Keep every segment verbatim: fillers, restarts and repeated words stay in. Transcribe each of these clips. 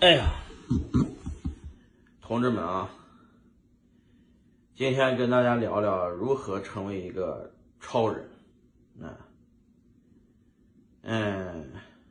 哎呀，同志们啊，今天跟大家聊聊如何成为一个超人。啊，嗯，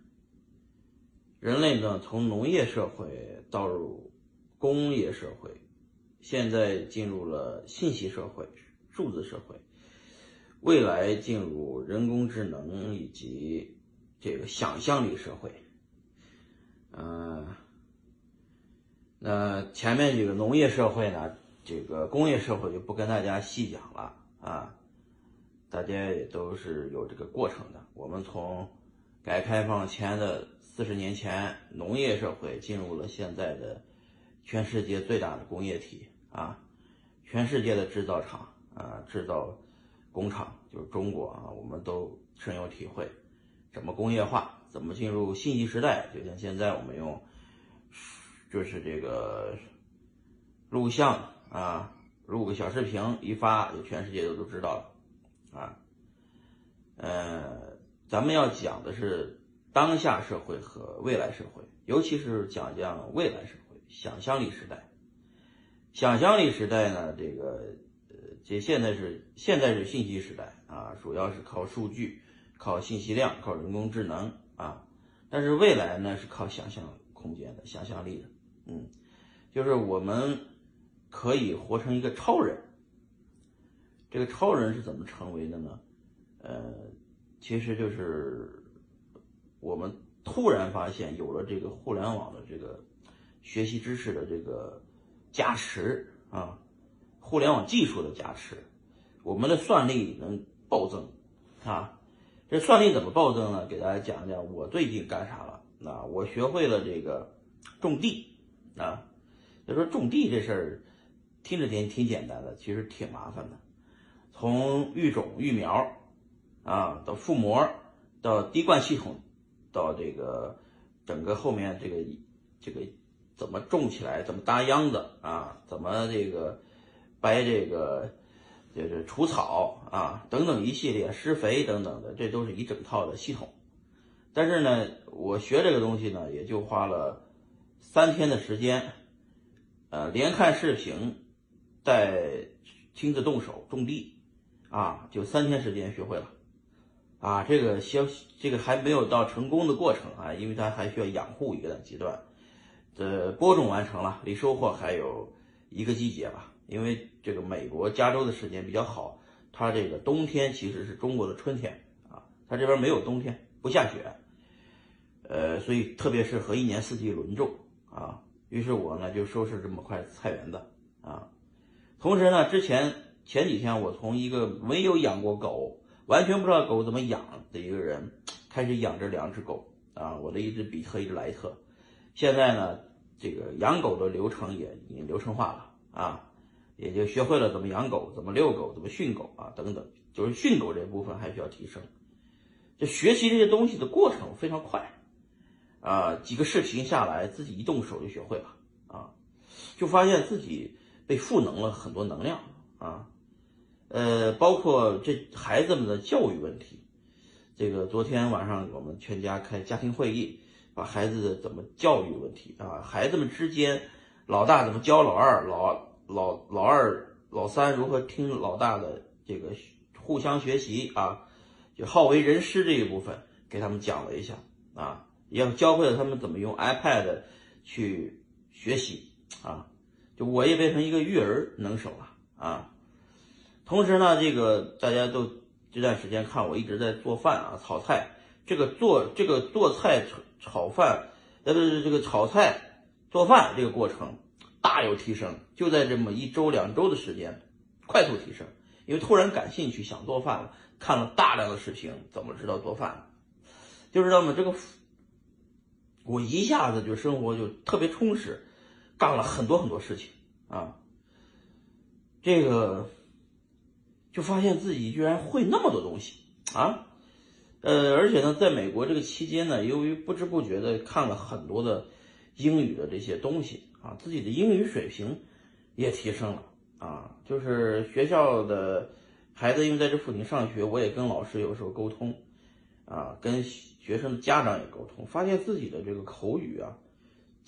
人类呢从农业社会到入工业社会，现在进入了信息社会、数字社会，未来进入人工智能以及这个想象力社会。嗯、呃。那前面这个农业社会呢，这个工业社会就不跟大家细讲了啊，大家也都是有这个过程的。我们从改革开放前的四十年前，农业社会进入了现在的全世界最大的工业体啊，全世界的制造厂啊，制造工厂就是中国啊，我们都深有体会。怎么工业化，怎么进入信息时代？就像现在我们用。就是这个录像啊，录个小视频一发，就全世界都都知道了啊。呃，咱们要讲的是当下社会和未来社会，尤其是讲讲未来社会，想象力时代。想象力时代呢，这个呃，这现在是现在是信息时代啊，主要是靠数据、靠信息量、靠人工智能啊。但是未来呢，是靠想象空间的、想象力的。嗯，就是我们可以活成一个超人。这个超人是怎么成为的呢？呃，其实就是我们突然发现有了这个互联网的这个学习知识的这个加持啊，互联网技术的加持，我们的算力能暴增啊。这算力怎么暴增呢？给大家讲讲我最近干啥了。那我学会了这个种地。啊，就说种地这事儿听着挺挺简单的，其实挺麻烦的。从育种、育苗啊，到覆膜，到滴灌系统，到这个整个后面这个这个怎么种起来，怎么搭秧子啊，怎么这个掰这个就是除草啊等等一系列施肥等等的，这都是一整套的系统。但是呢，我学这个东西呢，也就花了三天的时间，呃，连看视频，带亲自动手种地，啊，就三天时间学会了，啊，这个消这个还没有到成功的过程啊，因为它还需要养护一个阶段。这播种完成了，离收获还有一个季节吧，因为这个美国加州的时间比较好，它这个冬天其实是中国的春天啊，它这边没有冬天，不下雪，呃，所以特别适合一年四季轮种。啊，于是我呢就收拾这么块菜园子啊。同时呢，之前前几天我从一个没有养过狗，完全不知道狗怎么养的一个人，开始养这两只狗啊，我的一只比特，一只莱特。现在呢，这个养狗的流程也已经流程化了啊，也就学会了怎么养狗、怎么遛狗、怎么训狗啊等等，就是训狗这部分还需要提升。这学习这些东西的过程非常快。啊，几个视频下来，自己一动手就学会了啊，就发现自己被赋能了很多能量啊，呃，包括这孩子们的教育问题。这个昨天晚上我们全家开家庭会议，把孩子的怎么教育问题啊，孩子们之间，老大怎么教老二，老老老二老三如何听老大的这个互相学习啊，就好为人师这一部分给他们讲了一下啊。也教会了他们怎么用 iPad 去学习啊，就我也变成一个育儿能手了啊。同时呢，这个大家都这段时间看我一直在做饭啊，炒菜。这个做这个做菜炒炒饭，呃，不是这个炒菜做饭这个过程大有提升，就在这么一周两周的时间，快速提升。因为突然感兴趣想做饭了，看了大量的视频，怎么知道做饭了，就知道吗？这个。我一下子就生活就特别充实，干了很多很多事情啊，这个就发现自己居然会那么多东西啊，呃，而且呢，在美国这个期间呢，由于不知不觉的看了很多的英语的这些东西啊，自己的英语水平也提升了啊，就是学校的孩子因为在这附近上学，我也跟老师有时候沟通啊，跟学生的家长也沟通，发现自己的这个口语啊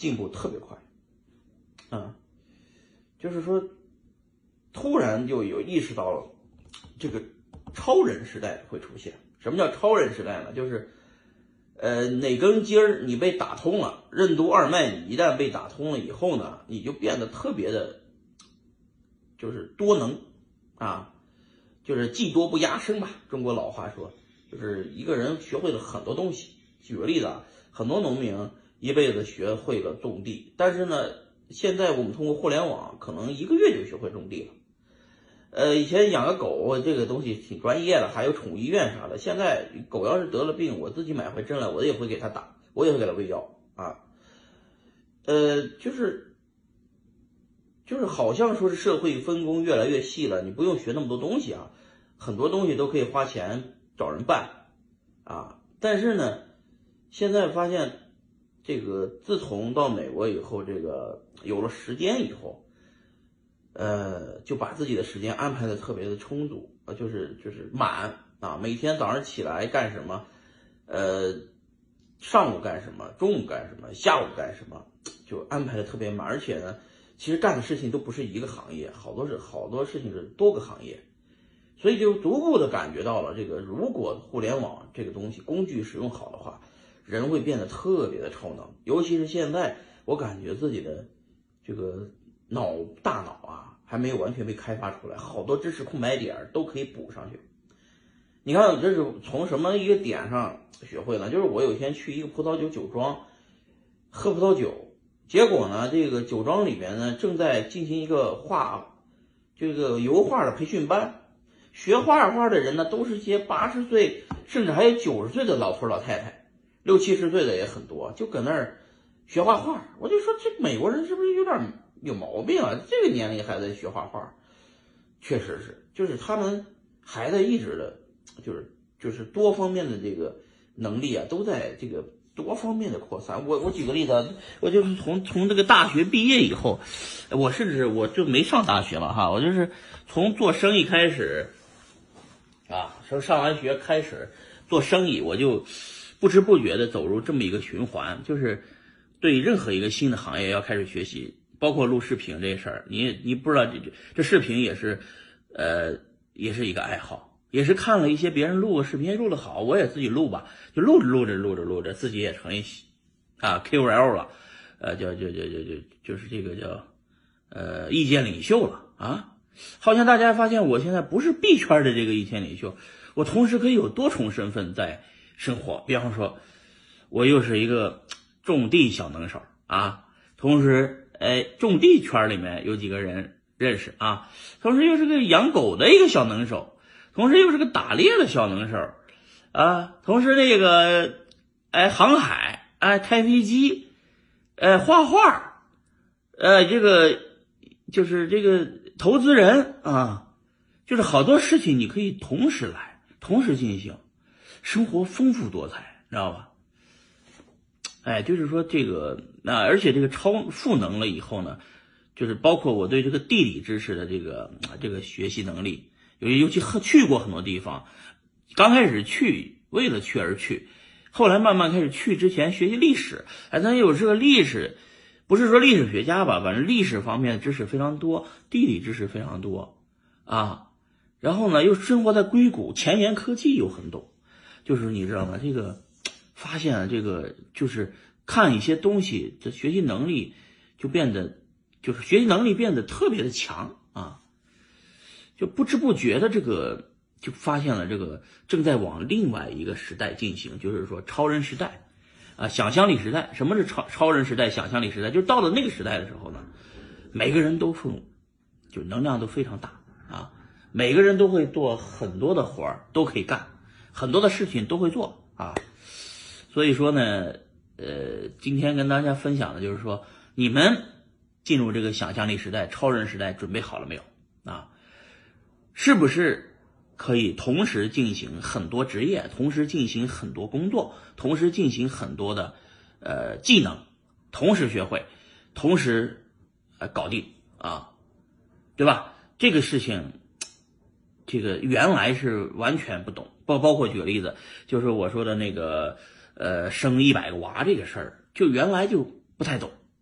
进步特别快，啊，就是说突然就有意识到了这个超人时代会出现。什么叫超人时代呢？就是呃哪根筋儿你被打通了，任督二脉你一旦被打通了以后呢，你就变得特别的就是多能啊，就是技多不压身吧，中国老话说，就是一个人学会了很多东西。举个例子啊，很多农民一辈子学会了种地，但是呢现在我们通过互联网可能一个月就学会种地了。呃，以前养个狗这个东西挺专业的，还有宠物医院啥的。现在狗要是得了病，我自己买回针来，我也会给它打，我也会给它喂药啊。呃，就是就是好像说是社会分工越来越细了，你不用学那么多东西啊，很多东西都可以花钱找人办啊。但是呢，现在发现这个自从到美国以后，这个有了时间以后。呃，就把自己的时间安排的特别的充足，呃，就是就是满啊，每天早上起来干什么，呃，上午干什么，中午干什么，下午干什么，就安排的特别满，而且呢，其实干的事情都不是一个行业，好多是好多事情是多个行业，所以就逐步的感觉到了这个，如果互联网这个东西工具使用好的话，人会变得特别的超能，尤其是现在，我感觉自己的这个。脑大脑啊还没有完全被开发出来，好多知识空白点都可以补上去。你看这是从什么一个点上学会的？就是我有一天去一个葡萄酒酒庄喝葡萄酒，结果呢这个酒庄里面呢正在进行一个画这个油画的培训班，学画画的人呢都是些八十岁甚至还有九十岁的老头老太太，六七十岁的也很多，就搁那儿学画画。我就说这美国人是不是有点有毛病啊？这个年龄还在学画画，确实是，就是他们还在一直的，就是就是多方面的这个能力啊，都在这个多方面的扩散。我我举个例子啊，我就是从从这个大学毕业以后，我甚至我就没上大学了哈，我就是从做生意开始，啊，从上完学开始做生意，我就不知不觉的走入这么一个循环，就是对任何一个新的行业要开始学习。包括录视频这事儿，你你不知道这这视频也是，呃，也是一个爱好，也是看了一些别人录个视频录的好，我也自己录吧，就录着录着录着录着，自己也成一啊 K O L 了，呃，叫就就就就就是这个叫呃意见领袖了啊。好像大家发现我现在不是币圈的这个意见领袖，我同时可以有多重身份在生活。比方说，我又是一个种地小能手啊，同时。哎，种地圈里面有几个人认识啊，同时又是个养狗的一个小能手，同时又是个打猎的小能手啊，同时那个哎航海，哎开飞机，哎画画，呃这个就是这个投资人啊，就是好多事情你可以同时来，同时进行，生活丰富多彩，知道吧？哎，就是说这个，那、啊、而且这个超赋能了以后呢，就是包括我对这个地理知识的这个这个学习能力，尤尤其去过很多地方，刚开始去为了去而去，后来慢慢开始去之前学习历史，哎，咱有这个历史，不是说历史学家吧，反正历史方面的知识非常多，地理知识非常多啊，然后呢又生活在硅谷，前沿科技又很懂，就是你知道吗？这个。发现这个就是看一些东西，这学习能力就变得，就是学习能力变得特别的强啊，就不知不觉的这个就发现了这个正在往另外一个时代进行，就是说超人时代啊，想象力时代。什么是超超人时代、想象力时代？就到了那个时代的时候呢，每个人都丰，就能量都非常大啊，每个人都会做很多的活儿，都可以干，很多的事情都会做啊。所以说呢，呃，今天跟大家分享的就是说，你们进入这个想象力时代、超人时代，准备好了没有啊？是不是可以同时进行很多职业，同时进行很多工作，同时进行很多的呃技能，同时学会，同时呃搞定啊，对吧？这个事情，这个原来是完全不懂，包包括举个例子，就是我说的那个。呃，生一百个娃这个事儿，就原来就不太懂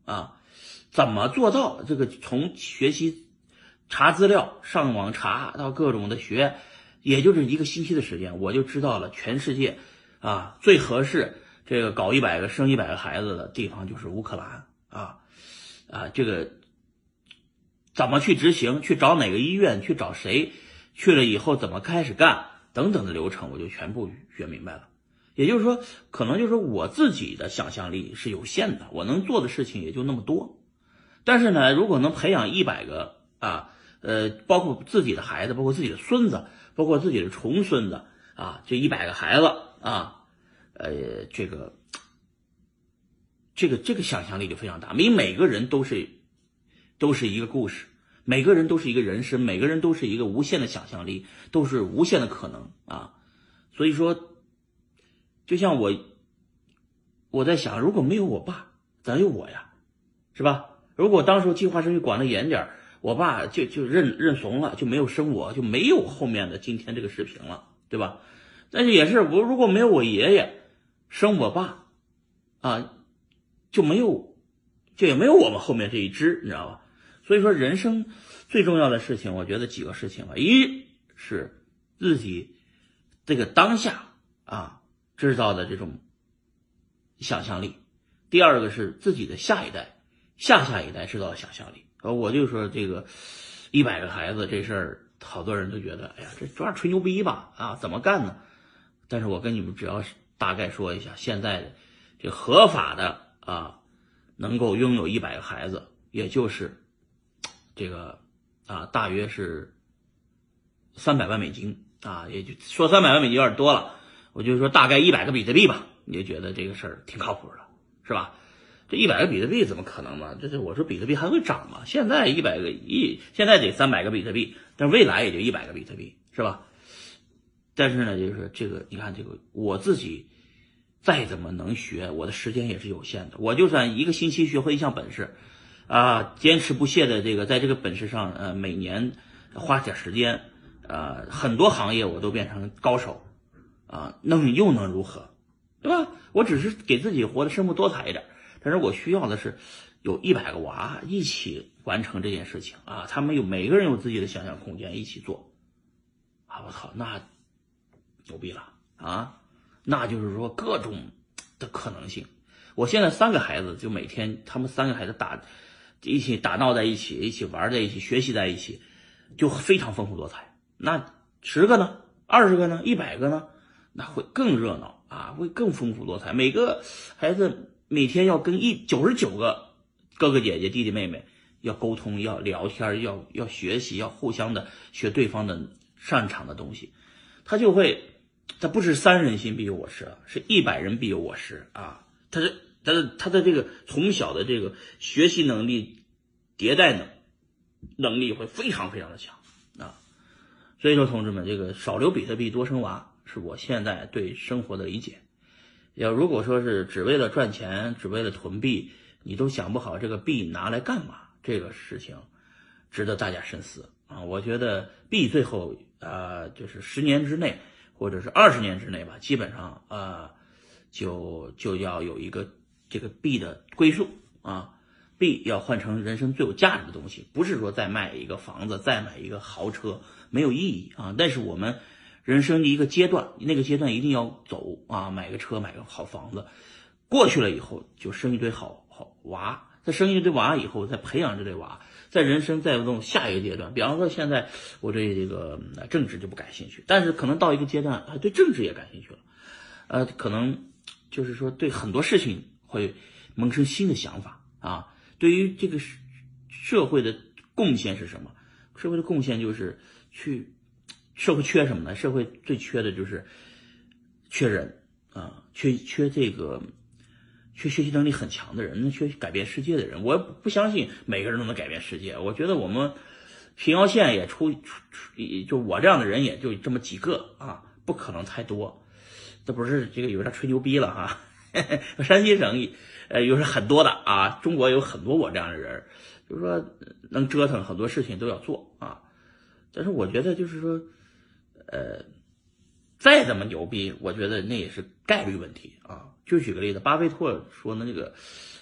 啊，怎么做到这个从学习查资料上网查到各种的学，也就是一个星期的时间，我就知道了全世界啊最合适这个搞一百个生一百个孩子的地方就是乌克兰啊啊这个怎么去执行，去找哪个医院，去找谁，去了以后怎么开始干等等的流程，我就全部学明白了。也就是说，可能就是我自己的想象力是有限的，我能做的事情也就那么多。但是呢，如果能培养一百个啊，呃，包括自己的孩子，包括自己的孙子，包括自己的重孙子啊，这一百个孩子啊，呃，这个，这个这个想象力就非常大，因为每个人都是都是一个故事，每个人都是一个人生，每个人都是一个无限的想象力，都是无限的可能啊。所以说。就像我，我在想，如果没有我爸，咋有我呀，是吧？如果当时计划生育管得严点，我爸就就认认怂了，就没有生我，就没有后面的今天这个视频了，对吧？但是也是我如果没有我爷爷生我爸，啊，就没有，就也没有我们后面这一支，你知道吧？所以说，人生最重要的事情，我觉得几个事情吧，一是自己这个当下啊。制造的这种想象力，第二个是自己的下一代、下下一代制造的想象力。呃，我就说这个一百个孩子这事儿，好多人都觉得，哎呀，这主要吹牛逼吧？啊，怎么干呢？但是我跟你们只要大概说一下，现在这合法的啊，能够拥有一百个孩子，也就是这个啊，大约是三百万美金啊，也就说三百万美金有点多了。我就说大概一百个比特币吧，你就觉得这个事儿挺靠谱的，是吧？这一百个比特币怎么可能嘛？这是我说比特币还会涨嘛？现在一百个一，现在得三百个比特币，但未来也就一百个比特币，是吧？但是呢，就是这个，你看这个，我自己再怎么能学，我的时间也是有限的。我就算一个星期学会一项本事，啊，坚持不懈的这个在这个本事上，呃，每年花点时间，呃，很多行业我都变成高手。啊，那又能如何，对吧？我只是给自己活得生活多彩一点，但是我需要的是有一百个娃一起完成这件事情啊，他们有每个人有自己的想象空间，一起做啊！我操，那牛逼了啊！那就是说各种的可能性。我现在三个孩子，就每天他们三个孩子打一起打闹在一起，一起玩在一起，学习在一起，就非常丰富多彩。那十个呢？二十个呢？一百个呢？那会更热闹啊，会更丰富多彩。每个孩子每天要跟一九十九个哥哥姐姐、弟弟妹妹要沟通，要聊天，要要学习，要互相的学对方的擅长的东西。他就会，他不是三人心必有我师，是一百人必有我师啊。他是他的他的这个从小的这个学习能力、迭代能能力会非常非常的强啊。所以说，同志们，这个少留比特币，多生娃。是我现在对生活的理解。要如果说是只为了赚钱，只为了囤币，你都想不好这个币拿来干嘛，这个事情值得大家深思啊！我觉得币最后啊、呃，就是十年之内，或者是二十年之内吧，基本上啊、呃，就就要有一个这个币的归宿啊，币要换成人生最有价值的东西，不是说再卖一个房子，再买一个豪车，没有意义啊！但是我们。人生的一个阶段，那个阶段一定要走啊，买个车，买个好房子，过去了以后就生一堆好好娃，再生一堆娃以后再培养这堆娃，在人生再弄下一个阶段。比方说现在我对这个政治就不感兴趣，但是可能到一个阶段啊，对政治也感兴趣了，呃，可能就是说对很多事情会萌生新的想法啊。对于这个社会的贡献是什么？社会的贡献就是去。社会缺什么呢？社会最缺的就是缺人啊，缺缺这个缺学习能力很强的人，缺改变世界的人。我不相信每个人都能改变世界。我觉得我们平遥县也出出就我这样的人也就这么几个啊，不可能太多。这不是这个有点吹牛逼了哈。山西省呃有是很多的啊，中国有很多我这样的人，就是说能折腾很多事情都要做啊。但是我觉得就是说。呃，再怎么牛逼，我觉得那也是概率问题啊。就举个例子，巴菲特说那个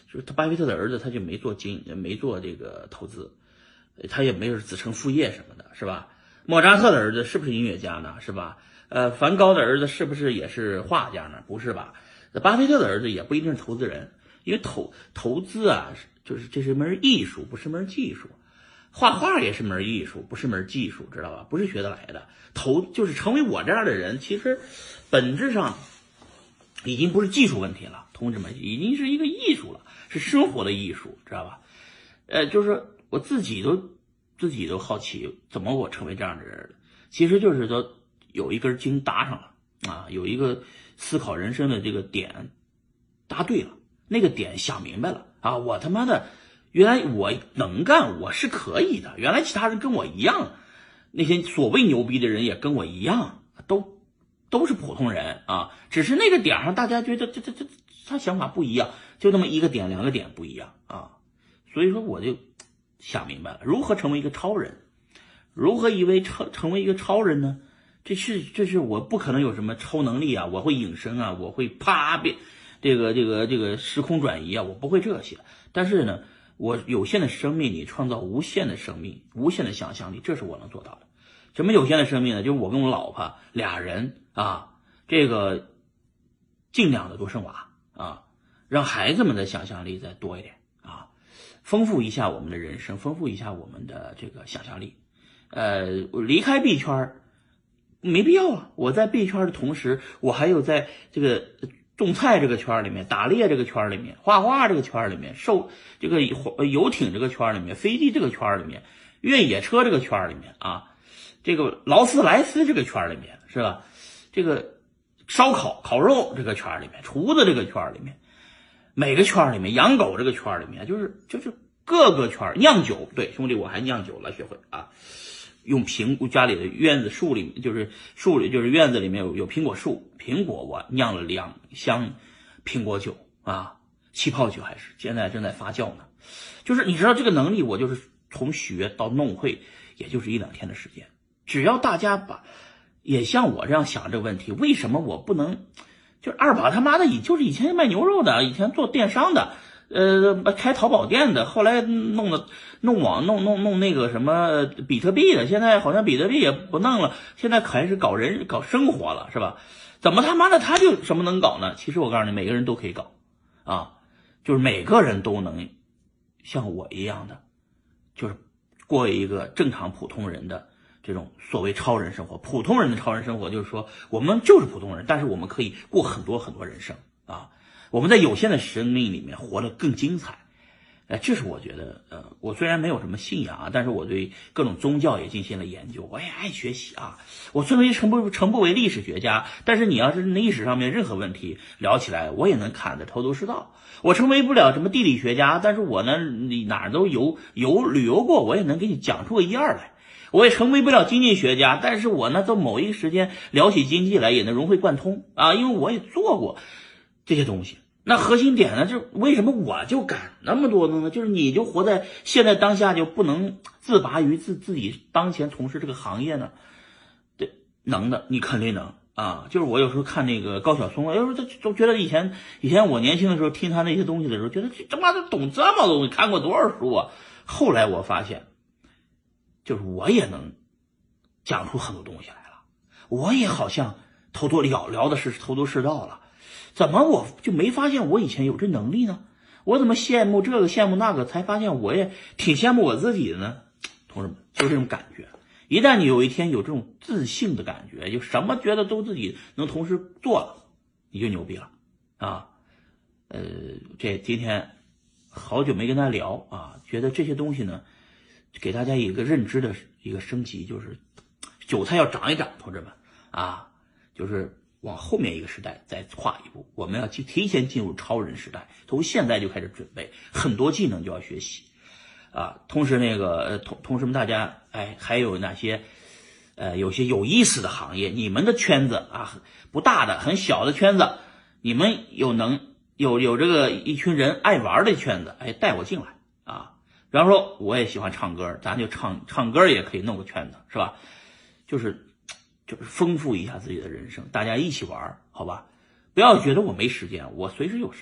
就是他巴菲特的儿子他就没做经没做这个投资，他也没有子承父业什么的，是吧？莫扎特的儿子是不是音乐家呢？是吧？呃，梵高的儿子是不是也是画家呢？不是吧？巴菲特的儿子也不一定是投资人，因为投投资啊，就是这是门艺术，不是门技术。画画也是门艺术，不是门技术，知道吧？不是学得来的。投就是成为我这样的人，其实本质上已经不是技术问题了，同志们，已经是一个艺术了，是生活的艺术，知道吧？呃，就是我自己都自己都好奇，怎么我成为这样的人的？其实就是说有一根筋搭上了啊，有一个思考人生的这个点搭对了，那个点想明白了啊，我他妈的原来我能干，我是可以的，原来其他人跟我一样，那些所谓牛逼的人也跟我一样，都都是普通人啊，只是那个点上大家觉得这这这他想法不一样，就那么一个点两个点不一样啊，所以说我就想明白了，如何成为一个超人，如何以为成成为一个超人呢？这是这是我不可能有什么超能力啊，我会隐身啊，我会啪变这个这个这个时空转移啊，我不会这些。但是呢，我有限的生命里创造无限的生命，无限的想象力，这是我能做到的。什么有限的生命呢？就是我跟我老婆俩人啊，这个尽量的多生娃啊，让孩子们的想象力再多一点啊，丰富一下我们的人生，丰富一下我们的这个想象力。呃，离开币圈没必要啊！我在币圈的同时，我还有在这个种菜这个圈里面、打猎这个圈里面、画画这个圈里面、受这个游艇这个圈里面、飞机这个圈里面、越野车这个圈里面啊，这个劳斯莱斯这个圈里面是吧？这个烧烤烤肉这个圈里面、厨子这个圈里面，每个圈里面、养狗这个圈里面，就是就是各个圈酿酒，对兄弟我还酿酒了，学会啊。用苹果家里的院子树里，就是树里就是院子里面有有苹果树，苹果我酿了两箱苹果酒啊，气泡酒还是现在正在发酵呢。就是你知道这个能力，我就是从学到弄会，也就是一两天的时间。只要大家把也像我这样想这个问题，为什么我不能？就是二宝他妈的，以就是以前卖牛肉的，以前做电商的。呃，开淘宝店的，后来弄的弄网弄弄弄那个什么比特币的，现在好像比特币也不弄了，现在开始搞人搞生活了，是吧？怎么他妈的他就什么能搞呢？其实我告诉你，每个人都可以搞啊，就是每个人都能像我一样的，就是过一个正常普通人的这种所谓超人生活。普通人的超人生活就是说，我们就是普通人，但是我们可以过很多很多人生啊。我们在有限的生命里面活得更精彩，呃，这是我觉得，呃，我虽然没有什么信仰啊，但是我对各种宗教也进行了研究，我也爱学习啊。我虽然成不成不为历史学家，但是你要是历史上面任何问题聊起来，我也能侃得头头是道。我成为不了什么地理学家，但是我呢，你哪儿都游游旅游过，我也能给你讲出个一二来。我也成为不了经济学家，但是我呢，到某一个时间聊起经济来，也能融会贯通啊，因为我也做过这些东西。那核心点呢，就是为什么我就敢那么多呢？就是你就活在现在当下，就不能自拔于自自己当前从事这个行业呢？对，能的，你肯定能啊！就是我有时候看那个高晓松，有时候就都觉得以前以前我年轻的时候听他那些东西的时候，觉得这他妈的懂这么多，看过多少书啊？后来我发现，就是我也能讲出很多东西来了，我也好像头头聊聊的是头头是道了。怎么我就没发现我以前有这能力呢？我怎么羡慕这个羡慕那个，才发现我也挺羡慕我自己的呢？同志们，就是这种感觉。一旦你有一天有这种自信的感觉，就什么觉得都自己能同时做了，你就牛逼了啊！呃，这今天好久没跟大家聊啊，觉得这些东西呢，给大家一个认知的一个升级，就是韭菜要长一长，同志们啊，就是往后面一个时代再跨一步，我们要去提前进入超人时代，从现在就开始准备，很多技能就要学习啊。同时那个同同时们大家哎，还有哪些呃有些有意思的行业，你们的圈子啊不大的很小的圈子，你们有能有有这个一群人爱玩的圈子，哎带我进来啊。比方说我也喜欢唱歌，咱就唱唱歌也可以弄个圈子，是吧？就是就是丰富一下自己的人生，大家一起玩，好吧？不要觉得我没时间，我随时有时间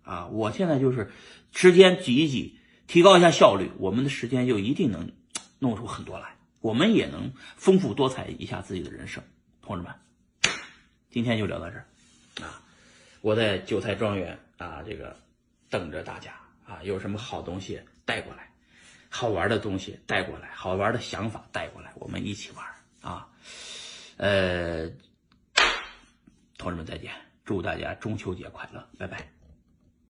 啊！我现在就是时间挤一挤，提高一下效率，我们的时间就一定能弄出很多来，我们也能丰富多彩一下自己的人生。同志们，今天就聊到这儿啊！我在韭菜庄园啊，这个等着大家啊，有什么好东西带过来，好玩的东西带过来，好玩的想法带过来，我们一起玩啊！呃，同志们再见，祝大家中秋节快乐，拜拜。